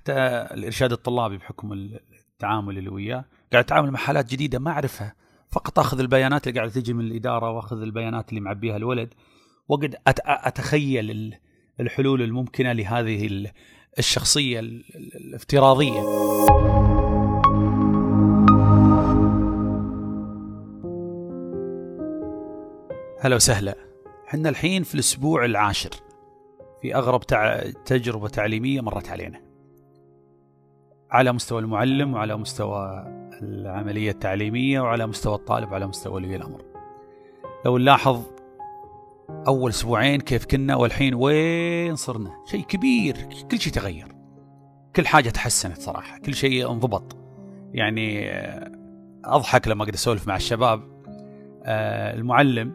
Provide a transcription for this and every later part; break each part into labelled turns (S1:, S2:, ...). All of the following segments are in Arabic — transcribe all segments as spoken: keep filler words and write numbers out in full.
S1: حتى الإرشاد الطلابي بحكم التعامل اللي وياه قاعد أتعامل مع حالات جديدة ما أعرفها، فقط أخذ البيانات اللي قاعدة تجي من الإدارة وأخذ البيانات اللي معبيها الولد، وقد أتخيل الحلول الممكنة لهذه الشخصية الافتراضية. هلا وسهلا. حنا الحين في الأسبوع العاشر في أغرب تع... تجربة تعليمية مرت علينا على مستوى المعلم وعلى مستوى العملية التعليمية وعلى مستوى الطالب وعلى مستوى ولي الأمر. لو نلاحظ أول أسبوعين كيف كنا والحين وين صرنا، شيء كبير، كل شيء تغير، كل حاجة تحسنت صراحة، كل شيء انضبط. يعني أضحك لما قد أسولف مع الشباب، المعلم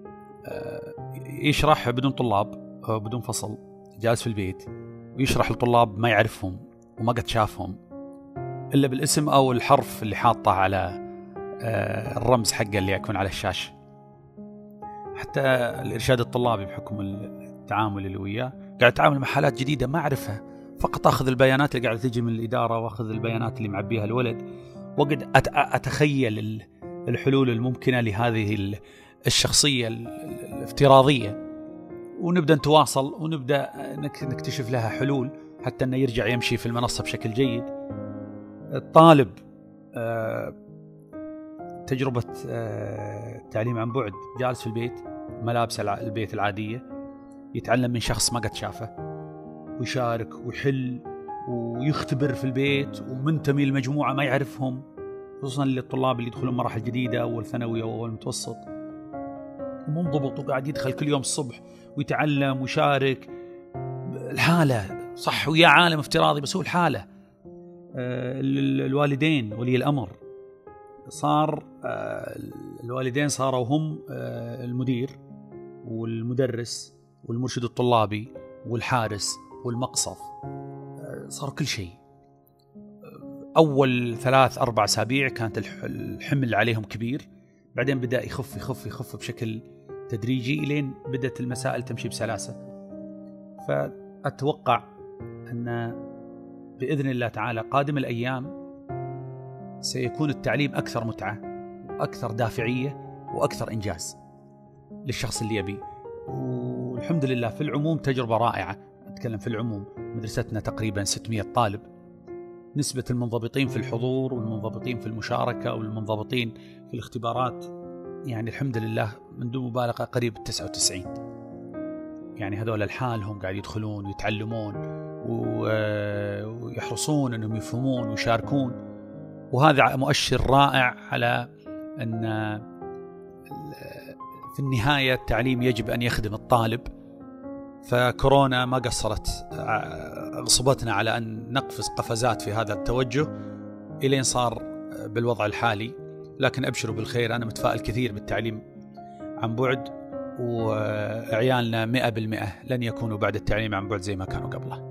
S1: يشرح بدون طلاب بدون فصل، جالس في البيت ويشرح لطلاب ما يعرفهم وما قد شافهم إلا بالاسم أو الحرف اللي حاطه على الرمز حقه اللي يكون على الشاشة. حتى الإرشاد الطلابي بحكم التعامل اللي وياه قاعد أتعامل مع حالات جديدة ما أعرفها، فقط أخذ البيانات اللي قاعدة تجي من الإدارة وأخذ البيانات اللي معبيها الولد، وقد أتخيل الحلول الممكنة لهذه الشخصية الافتراضية، ونبدأ نتواصل ونبدأ نكتشف لها حلول حتى أنه يرجع يمشي في المنصة بشكل جيد. الطالب تجربة تعليم عن بعد، جالس في البيت ملابس البيت العادية، يتعلم من شخص ما قد شافه ويشارك ويحل ويختبر في البيت ومنتمي لمجموعة ما يعرفهم، خصوصا للطلاب اللي يدخلون مراحل جديدة أول ثانوي أو أول متوسط، ومنضبط وقاعد يدخل كل يوم الصبح ويتعلم ويشارك. الحالة صح ويا عالم افتراضي بس هو الحالة. الوالدين ولي الأمر صار الوالدين صاروا هم المدير والمدرس والمرشد الطلابي والحارس والمقصف، صار كل شيء. أول ثلاث أربع أسابيع كانت الحمل عليهم كبير، بعدين بدأ يخف يخف يخف بشكل تدريجي إلين بدأت المسائل تمشي بسلاسة. فأتوقع أن بإذن الله تعالى قادم الأيام سيكون التعليم أكثر متعة وأكثر دافعية وأكثر إنجاز للشخص اللي يبي. والحمد لله في العموم تجربة رائعة. أتكلم في العموم، مدرستنا تقريبا ستمائة طالب، نسبة المنضبطين في الحضور والمنضبطين في المشاركة والمنضبطين في الاختبارات يعني الحمد لله من دون مبالغة قريب تسعة وتسعين. يعني هذول الحال هم قاعد يدخلون ويتعلمون ويحرصون أنهم يفهمون ويشاركون، وهذا مؤشر رائع على أن في النهاية التعليم يجب أن يخدم الطالب. فكورونا ما قصرت، غصبتنا على أن نقفز قفزات في هذا التوجه إلين صار بالوضع الحالي. لكن أبشروا بالخير، أنا متفائل كثير بالتعليم عن بعد، وعيالنا مئة بالمئة لن يكونوا بعد التعليم عن بعد زي ما كانوا قبله.